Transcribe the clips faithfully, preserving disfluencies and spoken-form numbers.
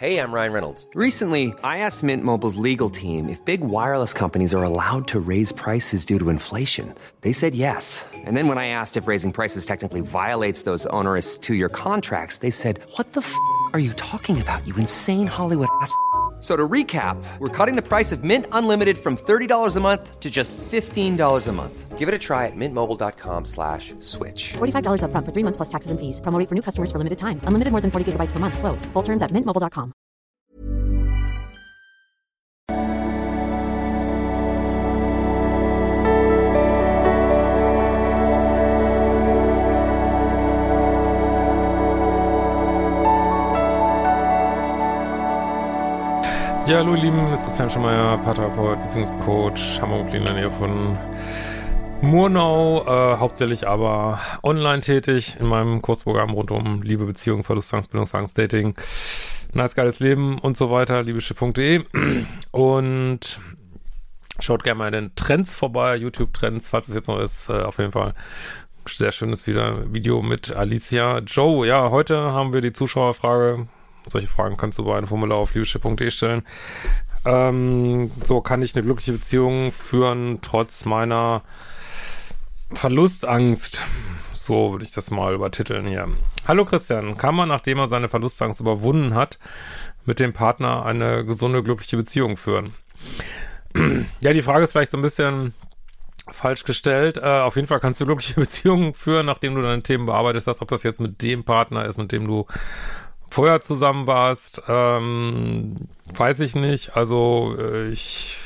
Hey, I'm Ryan Reynolds. Recently, I asked Mint Mobile's legal team if big wireless companies are allowed to raise prices due to inflation. They said yes. And then when I asked if raising prices technically violates those onerous two-year contracts, they said, what the f*** are you talking about, you insane Hollywood ass f- So to recap, we're cutting the price of Mint Unlimited from thirty dollars a month to just fifteen dollars a month. Give it a try at mintmobile.com slash switch. forty-five dollars up front for three months plus taxes and fees. Promo rate for new customers for limited time. Unlimited more than forty gigabytes per month. Slows full terms at mint mobile dot com. Ja, hallo ihr Lieben, es ist Sam Schemeier, Paartherapeut bzw. Coach, Hamburg in der Nähe von Murnau, äh, hauptsächlich aber online tätig in meinem Kursprogramm rund um Liebe, Beziehung, Verlustangst, Bindungsangst, Dating, nice, geiles Leben und so weiter, liebische punkt de und schaut gerne mal in den Trends vorbei, YouTube-Trends, falls es jetzt noch ist, äh, auf jeden Fall sehr schönes wieder Video mit Alicia Joe. Ja, heute haben wir die Zuschauerfrage. Solche Fragen kannst du bei einem Formular auf liebische punkt de stellen. Ähm, so, kann ich eine glückliche Beziehung führen, trotz meiner Verlustangst? So würde ich das mal übertiteln hier. Hallo Christian, kann man, nachdem er seine Verlustangst überwunden hat, mit dem Partner eine gesunde, glückliche Beziehung führen? Ja, die Frage ist vielleicht so ein bisschen falsch gestellt. Äh, auf jeden Fall kannst du glückliche Beziehungen führen, nachdem du deine Themen bearbeitet hast, ob das jetzt mit dem Partner ist, mit dem du vorher zusammen warst, ähm, weiß ich nicht. Also äh, ich,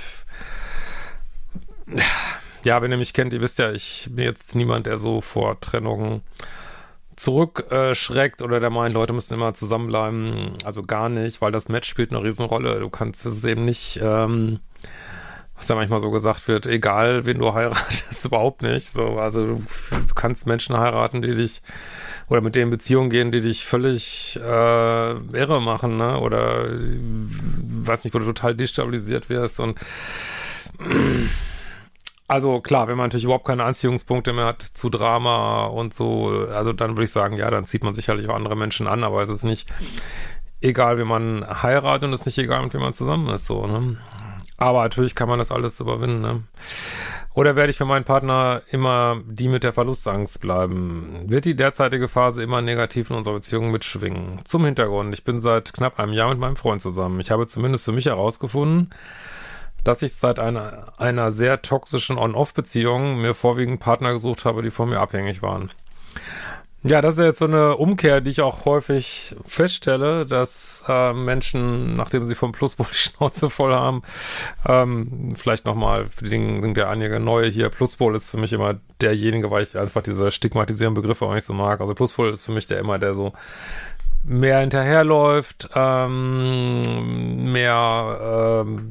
ja, wenn ihr mich kennt, ihr wisst ja, ich bin jetzt niemand, der so vor Trennungen zurückschreckt äh, oder der meint, Leute müssen immer zusammenbleiben. Also gar nicht, weil das Match spielt eine Riesenrolle. Du kannst es eben nicht, ähm, was ja manchmal so gesagt wird, egal wen du heiratest, überhaupt nicht. So, also du, du kannst Menschen heiraten, die dich oder mit denen Beziehungen gehen, die dich völlig äh, irre machen, ne? Oder weiß nicht, wo du total destabilisiert wirst. Und also klar, wenn man natürlich überhaupt keine Anziehungspunkte mehr hat zu Drama und so, also dann würde ich sagen, ja, dann zieht man sicherlich auch andere Menschen an, aber es ist nicht egal, wie man heiratet und es ist nicht egal, mit wem man zusammen ist, so, ne? Aber natürlich kann man das alles überwinden, ne? Oder werde ich für meinen Partner immer die mit der Verlustangst bleiben? Wird die derzeitige Phase immer negativ in unserer Beziehung mitschwingen? Zum Hintergrund, ich bin seit knapp einem Jahr mit meinem Freund zusammen. Ich habe zumindest für mich herausgefunden, dass ich seit einer, einer sehr toxischen On-Off-Beziehung mir vorwiegend Partner gesucht habe, die von mir abhängig waren. Ja, das ist jetzt so eine Umkehr, die ich auch häufig feststelle, dass äh, Menschen, nachdem sie vom Pluspol die Schnauze voll haben, ähm, vielleicht nochmal, für die Dinge sind ja einige neue hier, Pluspol ist für mich immer derjenige, weil ich einfach diese stigmatisierenden Begriffe auch nicht so mag. Also Pluspol ist für mich der immer, der so mehr hinterherläuft, ähm, mehr, ähm,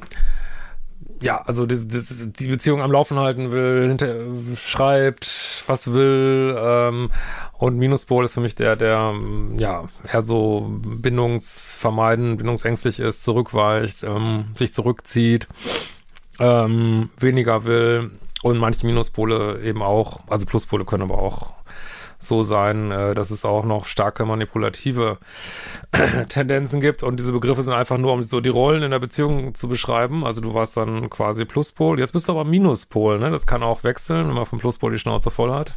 ja, also die, die, die Beziehung am Laufen halten will, hinter, schreibt, was will, ähm, und Minuspol ist für mich der, der, ja, eher so bindungsvermeiden, bindungsängstlich ist, zurückweicht, ähm, sich zurückzieht, ähm, weniger will und manche Minuspole eben auch, also Pluspole können aber auch so sein, äh, dass es auch noch starke manipulative Tendenzen gibt und diese Begriffe sind einfach nur, um so die Rollen in der Beziehung zu beschreiben. Also du warst dann quasi Pluspol, jetzt bist du aber Minuspol, ne? Das kann auch wechseln, wenn man vom Pluspol die Schnauze voll hat.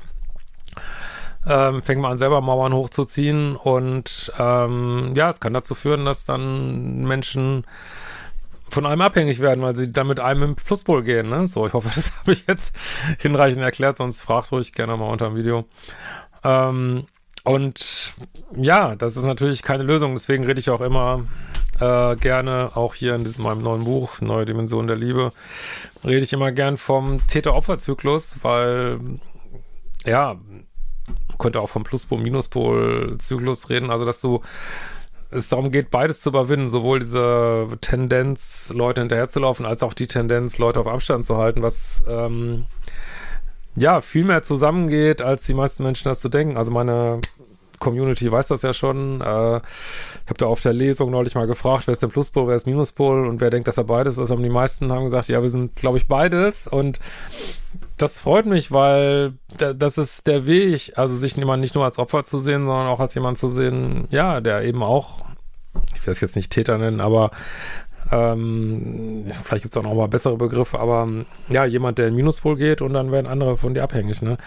Ähm, fängt man an, selber Mauern hochzuziehen und ähm, ja, es kann dazu führen, dass dann Menschen von einem abhängig werden, weil sie dann mit einem im Pluspol gehen, ne? So, ich hoffe, das habe ich jetzt hinreichend erklärt, sonst fragt ruhig gerne mal unter dem Video. Ähm, und ja, das ist natürlich keine Lösung, deswegen rede ich auch immer äh, gerne, auch hier in diesem meinem neuen Buch, Neue Dimension der Liebe, rede ich immer gern vom Täter-Opfer-Zyklus, weil, ja, könnte auch vom Pluspol-Minuspol-Zyklus reden, also dass du es darum geht, beides zu überwinden, sowohl diese Tendenz, Leute hinterherzulaufen, als auch die Tendenz, Leute auf Abstand zu halten, was ähm, ja viel mehr zusammengeht, als die meisten Menschen das so denken. Also meine Community weiß das ja schon. Äh, ich habe da auf der Lesung neulich mal gefragt, wer ist denn Pluspol, wer ist Minuspol und wer denkt, dass er beides ist. Und die meisten haben gesagt, ja, wir sind, glaube ich, beides. Und das freut mich, weil da, das ist der Weg, also sich jemand nicht nur als Opfer zu sehen, sondern auch als jemand zu sehen, ja, der eben auch ich will das jetzt nicht Täter nennen, aber ähm, vielleicht gibt es auch noch mal bessere Begriffe, aber ja, jemand, der in den Minuspol geht und dann werden andere von dir abhängig, ne?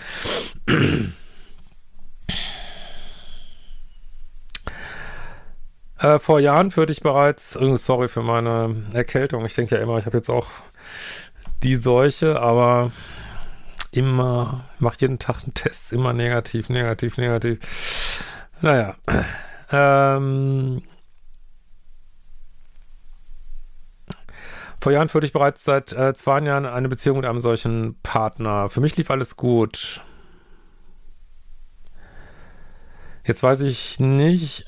äh, vor Jahren führte ich bereits, sorry für meine Erkältung, ich denke ja immer, ich habe jetzt auch die Seuche, aber immer, mache jeden Tag einen Test, immer negativ, negativ, negativ. Naja, ähm, vor Jahren führte ich bereits seit äh, zwei Jahren eine Beziehung mit einem solchen Partner. Für mich lief alles gut. Jetzt weiß ich nicht,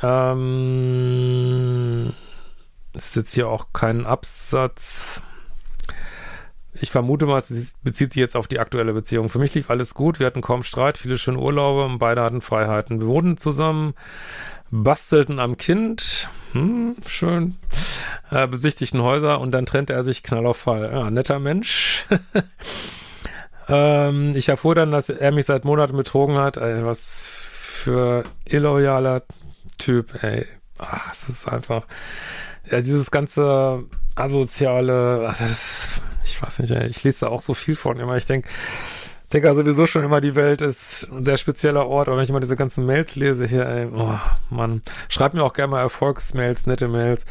ähm, es ist jetzt hier auch kein Absatz. Ich vermute mal, es bezieht sich jetzt auf die aktuelle Beziehung. Für mich lief alles gut, wir hatten kaum Streit, viele schöne Urlaube und beide hatten Freiheiten. Wir wohnten zusammen, bastelten am Kind, hm, schön, äh, besichtigten Häuser und dann trennte er sich knall auf Fall. Ja, netter Mensch. ähm, ich erfuhr dann, dass er mich seit Monaten betrogen hat. Ey, was für illoyaler Typ, ey. Ach, es ist einfach, ja, dieses ganze asoziale, also das, ich weiß nicht, ey, ich lese da auch so viel von immer. Ich denke, denke also sowieso schon immer, die Welt ist ein sehr spezieller Ort, aber wenn ich immer diese ganzen Mails lese hier, ey, oh, Mann, schreibt mir auch gerne mal Erfolgsmails, nette Mails.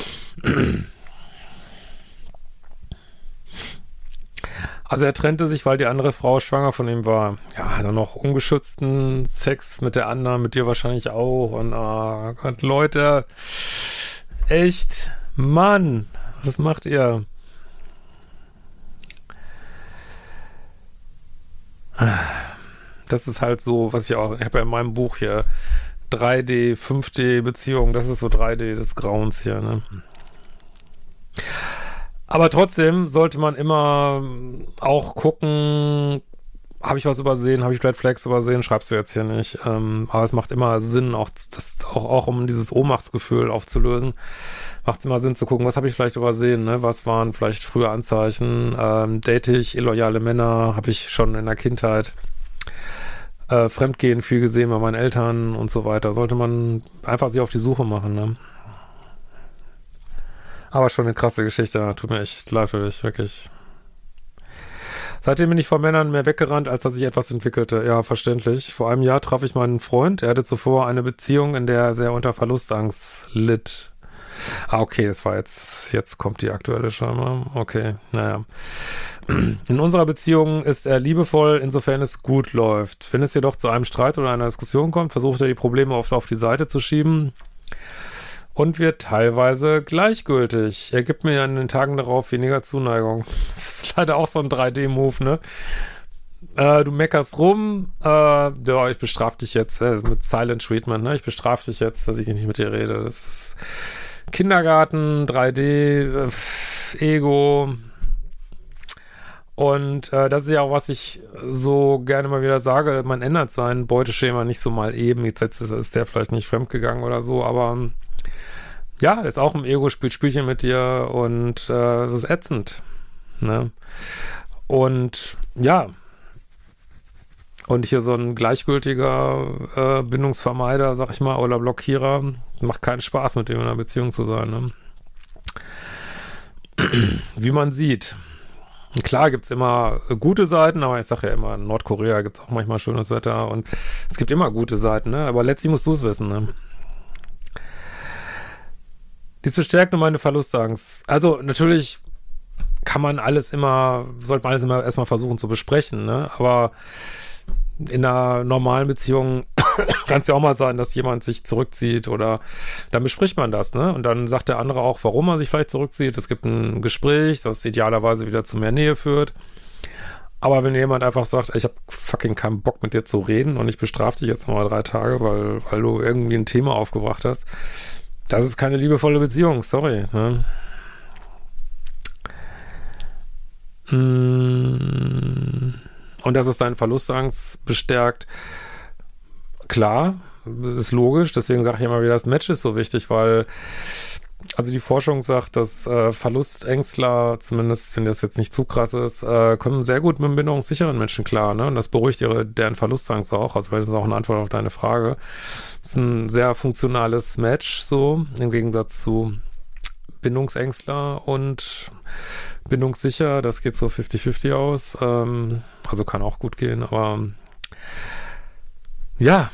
Also er trennte sich, weil die andere Frau schwanger von ihm war. Ja, dann noch ungeschützten Sex mit der anderen, mit dir wahrscheinlich auch. Und oh Gott, Leute, echt, Mann, was macht ihr? Das ist halt so, was ich auch, ich habe ja in meinem Buch hier drei D, fünf D Beziehung, das ist so drei D des Grauens hier, ne? Aber trotzdem sollte man immer auch gucken, habe ich was übersehen, habe ich Red Flags übersehen, schreibst du jetzt hier nicht. Ähm, aber es macht immer Sinn, auch, das, auch, auch um dieses Ohnmachtsgefühl aufzulösen, macht es immer Sinn zu gucken, was habe ich vielleicht übersehen, ne? Was waren vielleicht frühe Anzeichen, ähm, date ich illoyale Männer, habe ich schon in der Kindheit äh, Fremdgehen viel gesehen bei meinen Eltern und so weiter. Sollte man einfach sich auf die Suche machen, ne? Aber schon eine krasse Geschichte, tut mir echt leid für dich, wirklich. Seitdem bin ich vor Männern mehr weggerannt, als dass sich etwas entwickelte. Ja, verständlich. Vor einem Jahr traf ich meinen Freund. Er hatte zuvor eine Beziehung, in der er sehr unter Verlustangst litt. Ah, okay, das war jetzt, jetzt kommt die aktuelle scheinbar. Okay, naja. In unserer Beziehung ist er liebevoll, insofern es gut läuft. Wenn es jedoch zu einem Streit oder einer Diskussion kommt, versucht er die Probleme oft auf die Seite zu schieben und wird teilweise gleichgültig. Er gibt mir in den Tagen darauf weniger Zuneigung. Das ist leider auch so ein drei D Move, ne? Äh, du meckerst rum, äh, ja, ich bestrafe dich jetzt, äh, mit Silent Treatment, ne? Ich bestrafe dich jetzt, dass ich nicht mit dir rede. Das ist Kindergarten, drei D, äh, Ego. Und äh, das ist ja auch, was ich so gerne mal wieder sage, man ändert sein Beuteschema nicht so mal eben. Jetzt ist der vielleicht nicht fremdgegangen oder so, aber ja, ist auch im Ego, spielt Spielchen mit dir und äh, es ist ätzend, ne? Und ja, und hier so ein gleichgültiger äh, Bindungsvermeider, sag ich mal, oder Blockierer, macht keinen Spaß, mit dem in einer Beziehung zu sein, ne? Wie man sieht. Und klar gibt's immer gute Seiten, aber ich sage ja immer, in Nordkorea gibt's auch manchmal schönes Wetter und es gibt immer gute Seiten, ne? Aber letztlich musst du es wissen, ne? Dies bestärkt nur meine Verlustangst. Also natürlich kann man alles immer, sollte man alles immer erstmal versuchen zu besprechen, ne? Aber in einer normalen Beziehung kann es ja auch mal sein, dass jemand sich zurückzieht oder dann bespricht man das, ne? Und dann sagt der andere auch, warum er sich vielleicht zurückzieht. Es gibt ein Gespräch, das idealerweise wieder zu mehr Nähe führt. Aber wenn jemand einfach sagt, ich habe fucking keinen Bock mit dir zu reden und ich bestrafe dich jetzt nochmal drei Tage, weil, weil du irgendwie ein Thema aufgebracht hast, das ist keine liebevolle Beziehung, sorry, ne? Und dass es deinen Verlustangst bestärkt, klar, ist logisch, deswegen sage ich immer wieder, das Match ist so wichtig, weil Also die Forschung sagt, dass äh, Verlustängstler, zumindest wenn das jetzt nicht zu krass ist, äh, kommen sehr gut mit bindungssicheren Menschen klar, ne? Und das beruhigt ihre, deren Verlustangst auch. Also das ist auch eine Antwort auf deine Frage. Das ist ein sehr funktionales Match, so, im Gegensatz zu Bindungsängstler und bindungssicher. Das geht so fifty fifty aus. Ähm, also kann auch gut gehen, aber ja,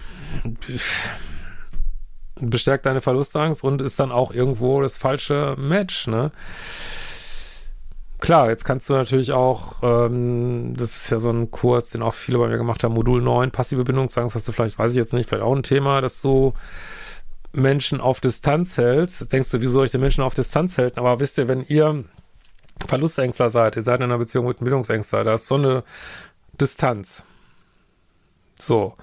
bestärkt deine Verlustangst und ist dann auch irgendwo das falsche Match, ne? Klar, jetzt kannst du natürlich auch, ähm, das ist ja so ein Kurs, den auch viele bei mir gemacht haben, Modul neun, passive Bindungsangst, hast du vielleicht, weiß ich jetzt nicht, vielleicht auch ein Thema, dass du Menschen auf Distanz hältst. Denkst du, wieso soll ich den Menschen auf Distanz halten? Aber wisst ihr, wenn ihr Verlustängstler seid, ihr seid in einer Beziehung mit einem Bindungsängstler, da ist so eine Distanz. So.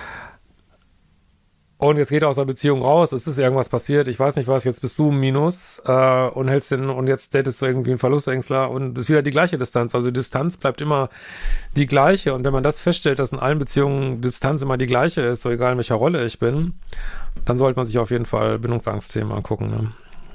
Und jetzt geht er aus der Beziehung raus, es ist irgendwas passiert, ich weiß nicht was, jetzt bist du im Minus äh, und hältst den, und jetzt datest du irgendwie einen Verlustängstler und es ist wieder die gleiche Distanz. Also die Distanz bleibt immer die gleiche. Und wenn man das feststellt, dass in allen Beziehungen Distanz immer die gleiche ist, so egal in welcher Rolle ich bin, dann sollte man sich auf jeden Fall Bindungsangstthemen angucken. Ne?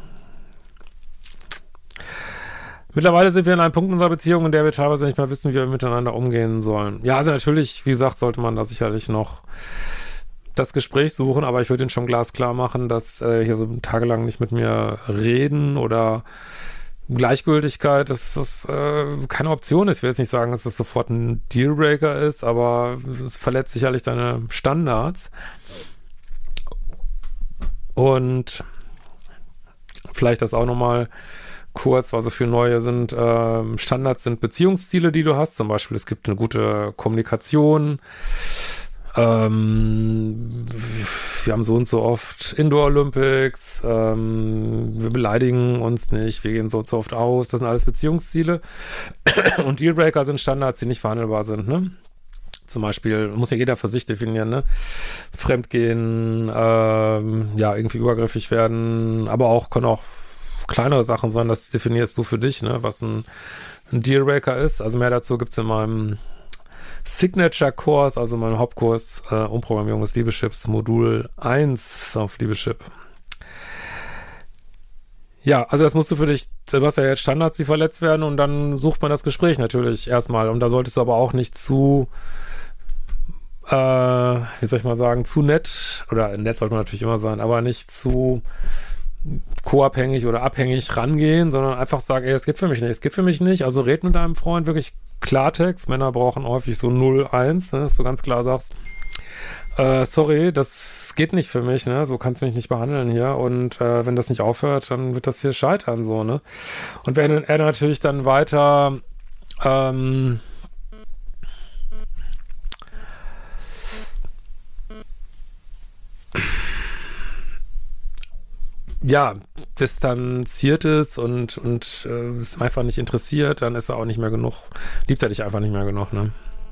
Mittlerweile sind wir in einem Punkt unserer Beziehung, in der wir teilweise nicht mehr wissen, wie wir miteinander umgehen sollen. Ja, also natürlich, wie gesagt, sollte man da sicherlich noch das Gespräch suchen, aber ich würde Ihnen schon glasklar machen, dass äh, hier so tagelang nicht mit mir reden oder Gleichgültigkeit, dass das äh, keine Option ist. Ich will jetzt nicht sagen, dass das sofort ein Dealbreaker ist, aber es verletzt sicherlich deine Standards. Und vielleicht das auch nochmal kurz, also für Neue sind äh, Standards sind Beziehungsziele, die du hast. Zum Beispiel, es gibt eine gute Kommunikation. Ähm, wir haben so und so oft Indoor Olympics, ähm, wir beleidigen uns nicht, wir gehen so und so oft aus, das sind alles Beziehungsziele. Und Dealbreaker sind Standards, die nicht verhandelbar sind, ne? Zum Beispiel, muss ja jeder für sich definieren, ne? Fremdgehen, ähm, ja, irgendwie übergriffig werden, aber auch, können auch kleinere Sachen sein, das definierst du für dich, ne? Was ein, ein Dealbreaker ist. Also mehr dazu gibt's in meinem Signature-Kurs, also mein Hauptkurs, äh, Umprogrammierung des Liebeschips, Modul eins auf Liebeschip. Ja, also das musst du für dich, du hast ja jetzt Standards, die verletzt werden und dann sucht man das Gespräch natürlich erstmal und da solltest du aber auch nicht zu, äh, wie soll ich mal sagen, zu nett, oder nett sollte man natürlich immer sein, aber nicht zu co-abhängig oder abhängig rangehen, sondern einfach sagen, ey, es geht für mich nicht, es geht für mich nicht, also red mit deinem Freund wirklich Klartext. Männer brauchen häufig so null eins, ne, dass du ganz klar sagst, äh, sorry, das geht nicht für mich, ne, so kannst du mich nicht behandeln hier und äh, wenn das nicht aufhört, dann wird das hier scheitern, so, ne. Und wenn er natürlich dann weiter ähm, ja, distanziert ist und, und äh, ist einfach nicht interessiert, dann ist er auch nicht mehr genug, liebt er dich einfach nicht mehr genug, ne?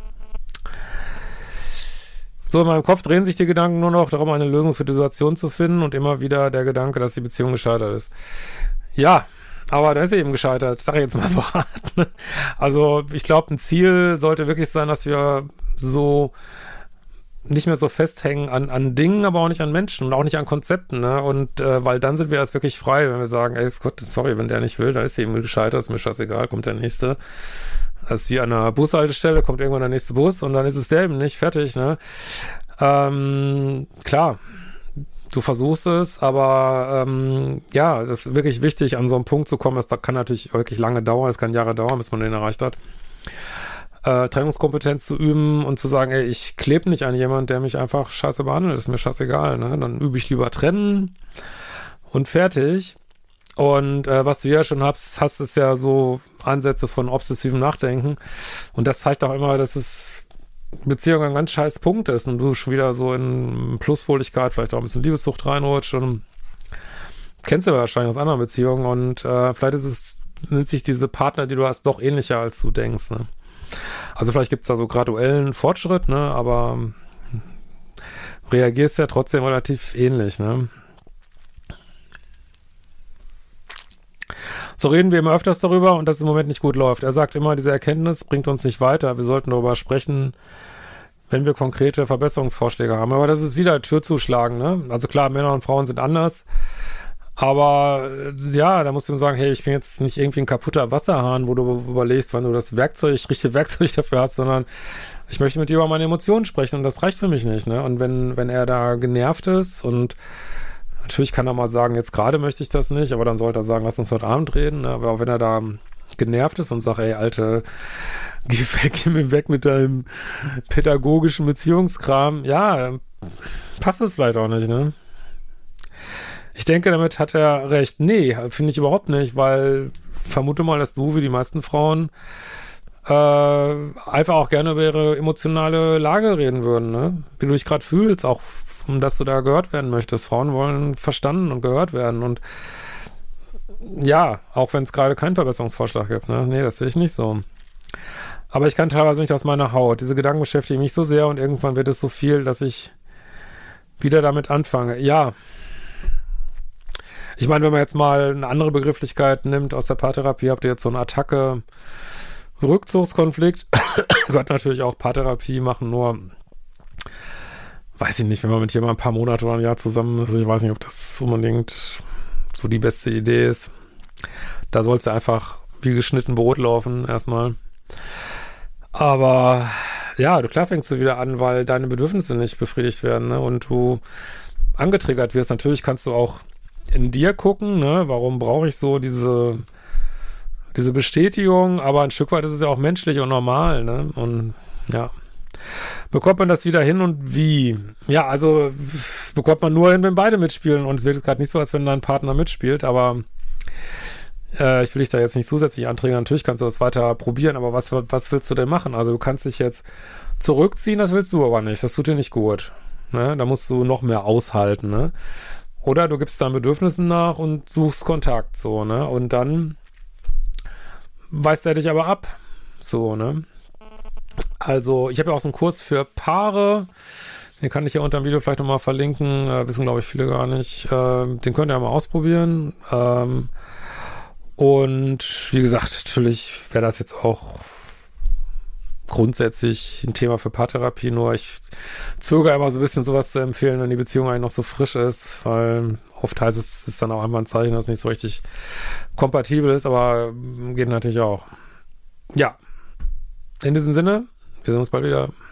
So, in meinem Kopf drehen sich die Gedanken nur noch darum, eine Lösung für die Situation zu finden und immer wieder der Gedanke, dass die Beziehung gescheitert ist. Ja, aber da ist sie eben gescheitert, sag ich jetzt mal so hart, ne? Also, ich glaube, ein Ziel sollte wirklich sein, dass wir so nicht mehr so festhängen an, an Dingen, aber auch nicht an Menschen und auch nicht an Konzepten, ne? Und äh, weil dann sind wir erst wirklich frei, wenn wir sagen, ey, Gott, sorry, wenn der nicht will, dann ist eben gescheitert, ist mir scheißegal, kommt der nächste. Das ist wie an einer Bushaltestelle, kommt irgendwann der nächste Bus und dann ist es der eben nicht, fertig, ne? Ähm, klar, du versuchst es, aber ähm, ja, das ist wirklich wichtig, an so einen Punkt zu kommen, das kann natürlich wirklich lange dauern, es kann Jahre dauern, bis man den erreicht hat. Äh, Trennungskompetenz zu üben und zu sagen, ey, ich klebe nicht an jemand, der mich einfach scheiße behandelt, ist mir scheißegal, ne? Dann übe ich lieber trennen und fertig. Und äh, was du ja schon hast, hast ist ja so Ansätze von obsessivem Nachdenken. Und das zeigt auch immer, dass es Beziehung ein ganz scheiß Punkt ist und du schon wieder so in Pluspoligkeit, vielleicht auch ein bisschen Liebessucht reinrutscht und kennst du wahrscheinlich aus anderen Beziehungen und äh, vielleicht ist es, sind sich diese Partner, die du hast, doch ähnlicher, als du denkst, ne? Also vielleicht gibt es da so graduellen Fortschritt, ne, aber reagierst ja trotzdem relativ ähnlich, ne. So reden wir immer öfters darüber und dass es im Moment nicht gut läuft. Er sagt immer, diese Erkenntnis bringt uns nicht weiter. Wir sollten darüber sprechen, wenn wir konkrete Verbesserungsvorschläge haben. Aber das ist wieder Tür zuschlagen, ne. Also klar, Männer und Frauen sind anders. Aber ja, da musst du ihm sagen, hey, ich bin jetzt nicht irgendwie ein kaputter Wasserhahn, wo du überlegst, wann du das Werkzeug, richtige Werkzeug dafür hast, sondern ich möchte mit dir über meine Emotionen sprechen und das reicht für mich nicht, ne? Und wenn, wenn er da genervt ist und natürlich kann er mal sagen, jetzt gerade möchte ich das nicht, aber dann sollte er sagen, lass uns heute Abend reden, ne? Aber wenn er da genervt ist und sagt, ey, Alte, geh weg, geh mir weg mit deinem pädagogischen Beziehungskram, ja, passt es vielleicht auch nicht, ne? Ich denke, damit hat er recht. Nee, finde ich überhaupt nicht, weil vermute mal, dass du, wie die meisten Frauen, äh, einfach auch gerne über ihre emotionale Lage reden würden, ne? Wie du dich gerade fühlst, auch um dass du da gehört werden möchtest. Frauen wollen verstanden und gehört werden und ja, auch wenn es gerade keinen Verbesserungsvorschlag gibt, ne? Nee, das sehe ich nicht so. Aber ich kann teilweise nicht aus meiner Haut. Diese Gedanken beschäftigen mich so sehr und irgendwann wird es so viel, dass ich wieder damit anfange. Ja, ich meine, wenn man jetzt mal eine andere Begrifflichkeit nimmt aus der Paartherapie, habt ihr jetzt so eine Attacke, Rückzugskonflikt. Gott, natürlich auch Paartherapie machen, nur weiß ich nicht, wenn man mit jemandem ein paar Monate oder ein Jahr zusammen ist, ich weiß nicht, ob das unbedingt so die beste Idee ist. Da soll es ja einfach wie geschnitten Brot laufen, erstmal. Aber ja, du klar fängst du wieder an, weil deine Bedürfnisse nicht befriedigt werden, ne? Und du angetriggert wirst. Natürlich kannst du auch in dir gucken, ne? Warum brauche ich so diese diese Bestätigung? Aber ein Stück weit ist es ja auch menschlich und normal, ne? Und ja, bekommt man das wieder hin und wie? Ja, also bekommt man nur hin, wenn beide mitspielen und es wird gerade nicht so, als wenn dein Partner mitspielt, aber äh, ich will dich da jetzt nicht zusätzlich anträgern. Natürlich kannst du das weiter probieren, aber was, was willst du denn machen? Also du kannst dich jetzt zurückziehen, das willst du aber nicht, das tut dir nicht gut, ne? Da musst du noch mehr aushalten, ne? Oder du gibst deinen Bedürfnissen nach und suchst Kontakt, so, ne? Und dann weist er dich aber ab, so, ne? Also, ich habe ja auch so einen Kurs für Paare, den kann ich ja unter dem Video vielleicht nochmal verlinken, äh, wissen, glaube ich, viele gar nicht. Ähm, den könnt ihr ja mal ausprobieren. Ähm, und wie gesagt, natürlich wäre das jetzt auch grundsätzlich ein Thema für Paartherapie, nur ich zögere immer so ein bisschen sowas zu empfehlen, wenn die Beziehung eigentlich noch so frisch ist, weil oft heißt es, es ist dann auch einfach ein Zeichen, dass es nicht so richtig kompatibel ist, aber geht natürlich auch. Ja, in diesem Sinne, wir sehen uns bald wieder.